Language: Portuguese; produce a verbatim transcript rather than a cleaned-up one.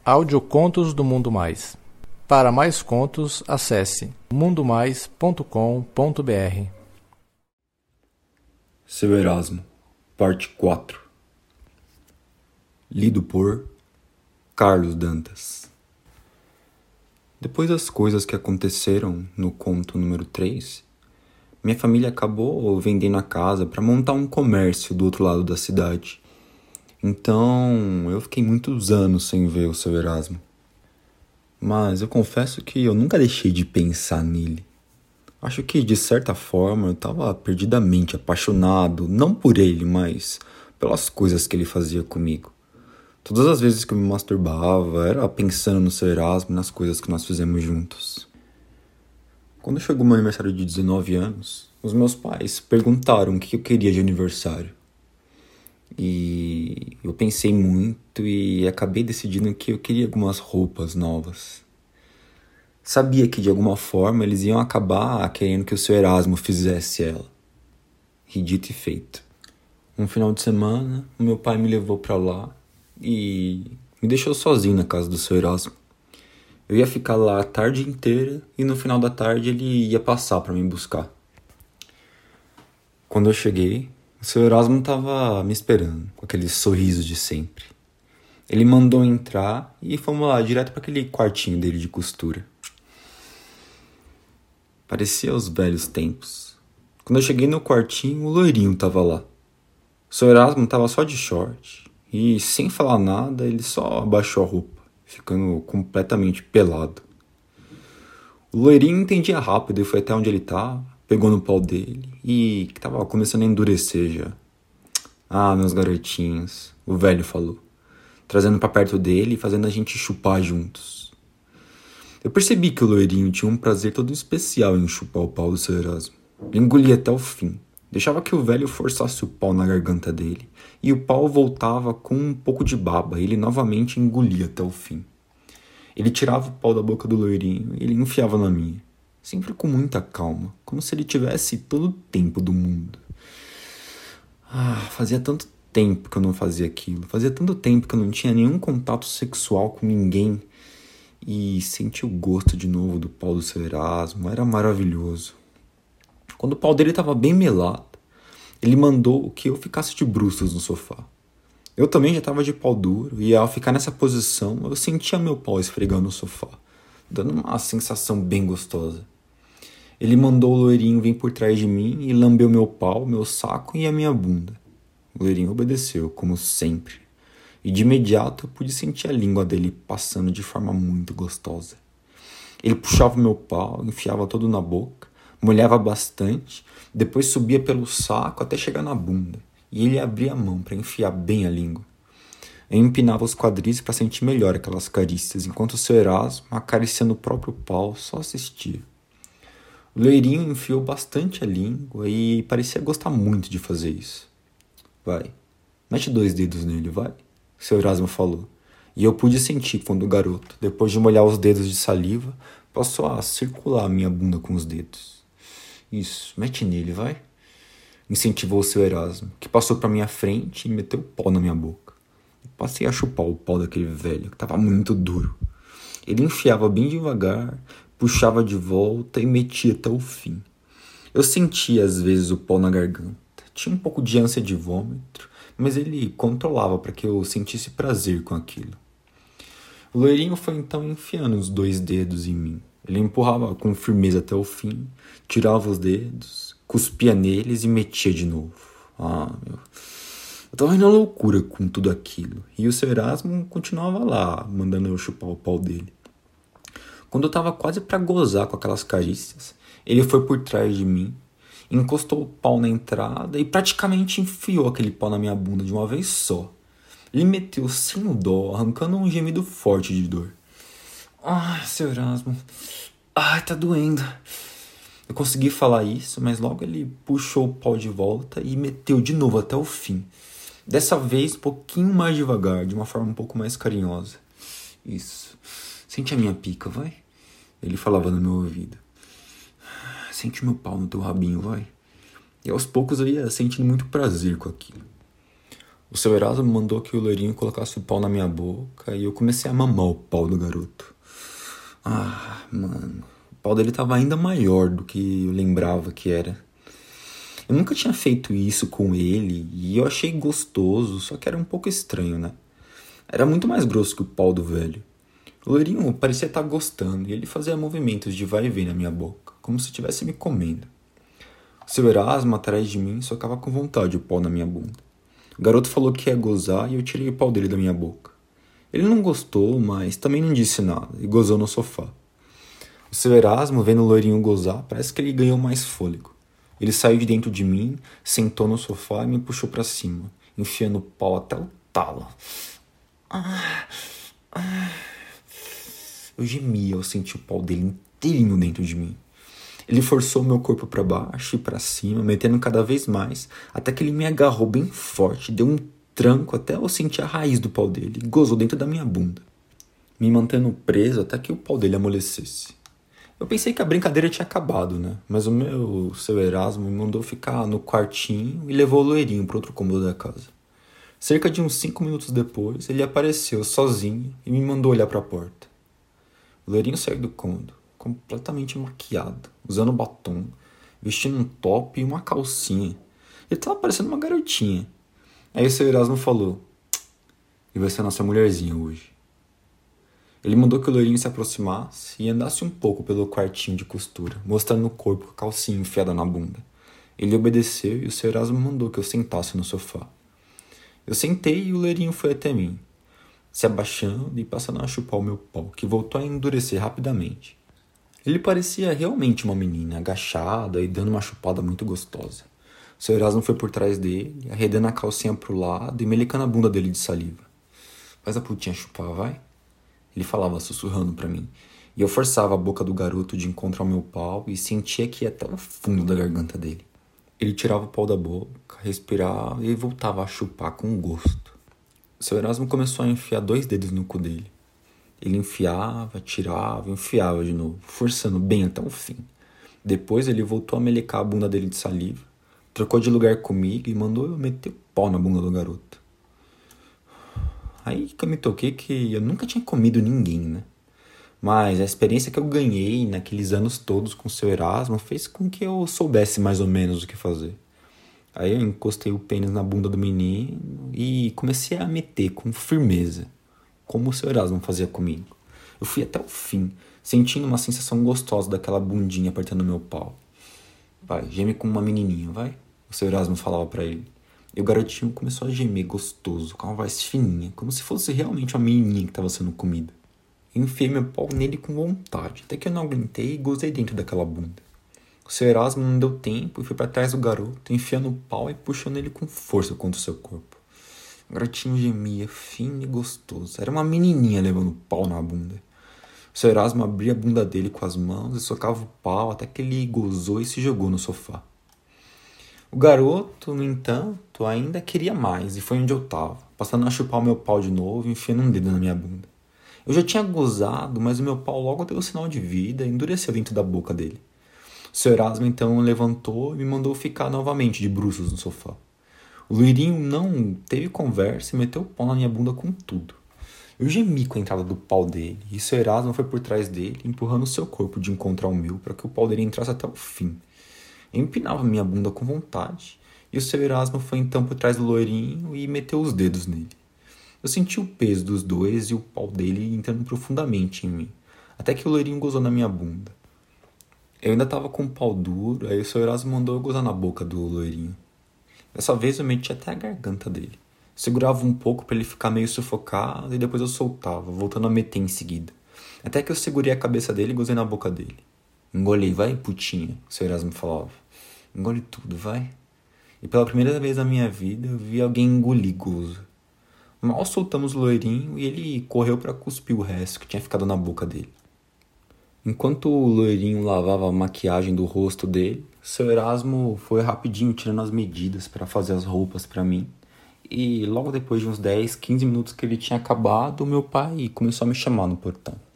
Audiocontos do Mundo Mais. Para mais contos, acesse mundo mais ponto com ponto b r. Seu Erasmo, parte quatro. Lido por Carlos Dantas. Depois das coisas que aconteceram no conto número três, minha família acabou vendendo a casa para montar um comércio do outro lado da cidade. Então, eu fiquei muitos anos sem ver o seu Erasmo. Mas eu confesso que eu nunca deixei de pensar nele. Acho que, de certa forma, eu estava perdidamente apaixonado, não por ele, mas pelas coisas que ele fazia comigo. Todas as vezes que eu me masturbava, era pensando no seu Erasmo e nas coisas que nós fizemos juntos. Quando chegou meu aniversário de dezenove anos, os meus pais perguntaram o que eu queria de aniversário. E eu pensei muito e acabei decidindo que eu queria algumas roupas novas. Sabia que de alguma forma eles iam acabar querendo que o seu Erasmo fizesse ela. E dito e feito. Um final de semana, o meu pai me levou pra lá e me deixou sozinho na casa do seu Erasmo. Eu ia ficar lá a tarde inteira e no final da tarde ele ia passar pra me buscar. Quando eu cheguei, o seu Erasmo estava me esperando, com aquele sorriso de sempre. Ele mandou entrar e fomos lá, direto para aquele quartinho dele de costura. Parecia os velhos tempos. Quando eu cheguei no quartinho, o loirinho estava lá. O seu Erasmo estava só de short e, sem falar nada, ele só abaixou a roupa, ficando completamente pelado. O loirinho entendia rápido e foi até onde ele estava. Pegou no pau dele e que tava começando a endurecer já. Ah, meus garotinhos, o velho falou, trazendo pra perto dele e fazendo a gente chupar juntos. Eu percebi que o loirinho tinha um prazer todo especial em chupar o pau do seu Erasmo. Ele engolia até o fim, deixava que o velho forçasse o pau na garganta dele e o pau voltava com um pouco de baba e ele novamente engolia até o fim. Ele tirava o pau da boca do loirinho e ele enfiava na minha. Sempre com muita calma, como se ele tivesse todo o tempo do mundo. Ah, fazia tanto tempo que eu não fazia aquilo. Fazia tanto tempo que eu não tinha nenhum contato sexual com ninguém. E sentir o gosto de novo do pau do seu Erasmo era maravilhoso. Quando o pau dele estava bem melado, ele mandou que eu ficasse de bruços no sofá. Eu também já estava de pau duro e ao ficar nessa posição, eu sentia meu pau esfregando no sofá, dando uma sensação bem gostosa. Ele mandou o loirinho vir por trás de mim e lambeu meu pau, meu saco e a minha bunda. O loirinho obedeceu, como sempre. E de imediato eu pude sentir a língua dele passando de forma muito gostosa. Ele puxava o meu pau, enfiava todo na boca, molhava bastante, depois subia pelo saco até chegar na bunda. E ele abria a mão para enfiar bem a língua. Eu empinava os quadris para sentir melhor aquelas carícias, enquanto o seu Erasmo, acariciando o próprio pau, só assistia. O loirinho enfiou bastante a língua e parecia gostar muito de fazer isso. Vai, mete dois dedos nele, vai, o seu Erasmo falou. E eu pude sentir quando o garoto, depois de molhar os dedos de saliva, passou a circular a minha bunda com os dedos. Isso, mete nele, vai, incentivou o seu Erasmo, que passou para minha frente e meteu o pau na minha boca. Eu passei a chupar o pau daquele velho, que estava muito duro. Ele enfiava bem devagar, puxava de volta e metia até o fim. Eu sentia às vezes o pau na garganta. Tinha um pouco de ânsia de vômito, mas ele controlava para que eu sentisse prazer com aquilo. O loirinho foi então enfiando os dois dedos em mim. Ele empurrava com firmeza até o fim, tirava os dedos, cuspia neles e metia de novo. Ah, meu... Eu tava indo à loucura com tudo aquilo. E o seu Erasmo continuava lá, mandando eu chupar o pau dele. Quando eu tava quase pra gozar com aquelas carícias, ele foi por trás de mim, encostou o pau na entrada e praticamente enfiou aquele pau na minha bunda de uma vez só. Ele meteu sem o dó, arrancando um gemido forte de dor. Ai, seu Erasmo, ai, tá doendo. Eu consegui falar isso, mas logo ele puxou o pau de volta e meteu de novo até o fim. Dessa vez um pouquinho mais devagar, de uma forma um pouco mais carinhosa. Isso. Sente a minha pica, vai? Ele falava no meu ouvido. Sente o meu pau no teu rabinho, vai? E aos poucos eu ia sentindo muito prazer com aquilo. O seu Erasmo mandou que o loirinho colocasse o pau na minha boca e eu comecei a mamar o pau do garoto. Ah, mano, o pau dele tava ainda maior do que eu lembrava que era. Eu nunca tinha feito isso com ele e eu achei gostoso, só que era um pouco estranho, né? Era muito mais grosso que o pau do velho. O loirinho parecia estar gostando e ele fazia movimentos de vai e vem na minha boca, como se estivesse me comendo. O seu Erasmo, atrás de mim, socava com vontade o pau na minha bunda. O garoto falou que ia gozar e eu tirei o pau dele da minha boca. Ele não gostou, mas também não disse nada e gozou no sofá. O seu Erasmo, vendo o loirinho gozar, parece que ele ganhou mais fôlego. Ele saiu de dentro de mim, sentou no sofá e me puxou pra cima, enfiando o pau até o talo. Ah, ah. Eu gemia ao sentir o pau dele inteirinho dentro de mim. Ele forçou meu corpo para baixo e para cima, metendo cada vez mais, até que ele me agarrou bem forte, deu um tranco até eu sentir a raiz do pau dele e gozou dentro da minha bunda, me mantendo preso até que o pau dele amolecesse. Eu pensei que a brincadeira tinha acabado, né? Mas o meu seu Erasmo me mandou ficar no quartinho e levou o loirinho para outro cômodo da casa. Cerca de uns cinco minutos depois, ele apareceu sozinho e me mandou olhar para a porta. O loirinho saiu do cômodo, completamente maquiado, usando batom, vestindo um top e uma calcinha. Ele tava parecendo uma garotinha. Aí o seu Erasmo falou: "E vai ser a nossa mulherzinha hoje." Ele mandou que o loirinho se aproximasse e andasse um pouco pelo quartinho de costura, mostrando o corpo com a calcinha enfiada na bunda. Ele obedeceu e o seu Erasmo mandou que eu sentasse no sofá. Eu sentei e o loirinho foi até mim, se abaixando e passando a chupar o meu pau, que voltou a endurecer rapidamente. Ele parecia realmente uma menina, agachada e dando uma chupada muito gostosa. O seu Erasmo foi por trás dele, arredando a calcinha pro lado e melecando a bunda dele de saliva. "Faz a putinha chupar, vai?" Ele falava sussurrando pra mim, e eu forçava a boca do garoto de encontrar o meu pau e sentia que ia até o fundo da garganta dele. Ele tirava o pau da boca, respirava e voltava a chupar com gosto. O seu Erasmo começou a enfiar dois dedos no cu dele. Ele enfiava, tirava, enfiava de novo, forçando bem até o fim. Depois ele voltou a melecar a bunda dele de saliva, trocou de lugar comigo e mandou eu meter o pau na bunda do garoto. Aí que eu me toquei que eu nunca tinha comido ninguém, né? Mas a experiência que eu ganhei naqueles anos todos com o seu Erasmo fez com que eu soubesse mais ou menos o que fazer. Aí eu encostei o pênis na bunda do menino e comecei a meter com firmeza, como o seu Erasmo fazia comigo. Eu fui até o fim, sentindo uma sensação gostosa daquela bundinha apertando meu pau. "Vai, geme como uma menininha, vai?" O seu Erasmo falava pra ele. E o garotinho começou a gemer gostoso, com uma voz fininha, como se fosse realmente uma menininha que estava sendo comida. Eu enfiei meu pau nele com vontade, até que eu não aguentei e gozei dentro daquela bunda. O seu Erasmo não deu tempo e foi para trás do garoto, enfiando o pau e puxando ele com força contra o seu corpo. O garotinho gemia, fino e gostoso. Era uma menininha levando o pau na bunda. O seu Erasmo abria a bunda dele com as mãos e socava o pau até que ele gozou e se jogou no sofá. O garoto, no entanto, ainda queria mais e foi onde eu tava, passando a chupar o meu pau de novo e enfiando um dedo na minha bunda. Eu já tinha gozado, mas o meu pau logo deu sinal de vida e endureceu dentro da boca dele. O seu Erasmo então levantou e me mandou ficar novamente de bruços no sofá. O loirinho não teve conversa e meteu o pau na minha bunda com tudo. Eu gemi com a entrada do pau dele e o seu Erasmo foi por trás dele, empurrando o seu corpo de encontrar o meu para que o pau dele entrasse até o fim. Eu empinava minha bunda com vontade e o seu Erasmo foi então por trás do loirinho e meteu os dedos nele. Eu senti o peso dos dois e o pau dele entrando profundamente em mim, até que o loirinho gozou na minha bunda. Eu ainda tava com o pau duro, aí o seu Erasmo mandou eu gozar na boca do loirinho. Dessa vez eu meti até a garganta dele. Segurava um pouco para ele ficar meio sufocado e depois eu soltava, voltando a meter em seguida. Até que eu segurei a cabeça dele e gozei na boca dele. "Engole, vai, putinha", o seu Erasmo falava. "Engole tudo, vai." E pela primeira vez na minha vida eu vi alguém engolir gozo. Mal soltamos o loirinho e ele correu para cuspir o resto que tinha ficado na boca dele. Enquanto o loirinho lavava a maquiagem do rosto dele, o seu Erasmo foi rapidinho tirando as medidas para fazer as roupas para mim. E logo depois de uns dez, quinze minutos que ele tinha acabado, meu pai começou a me chamar no portão.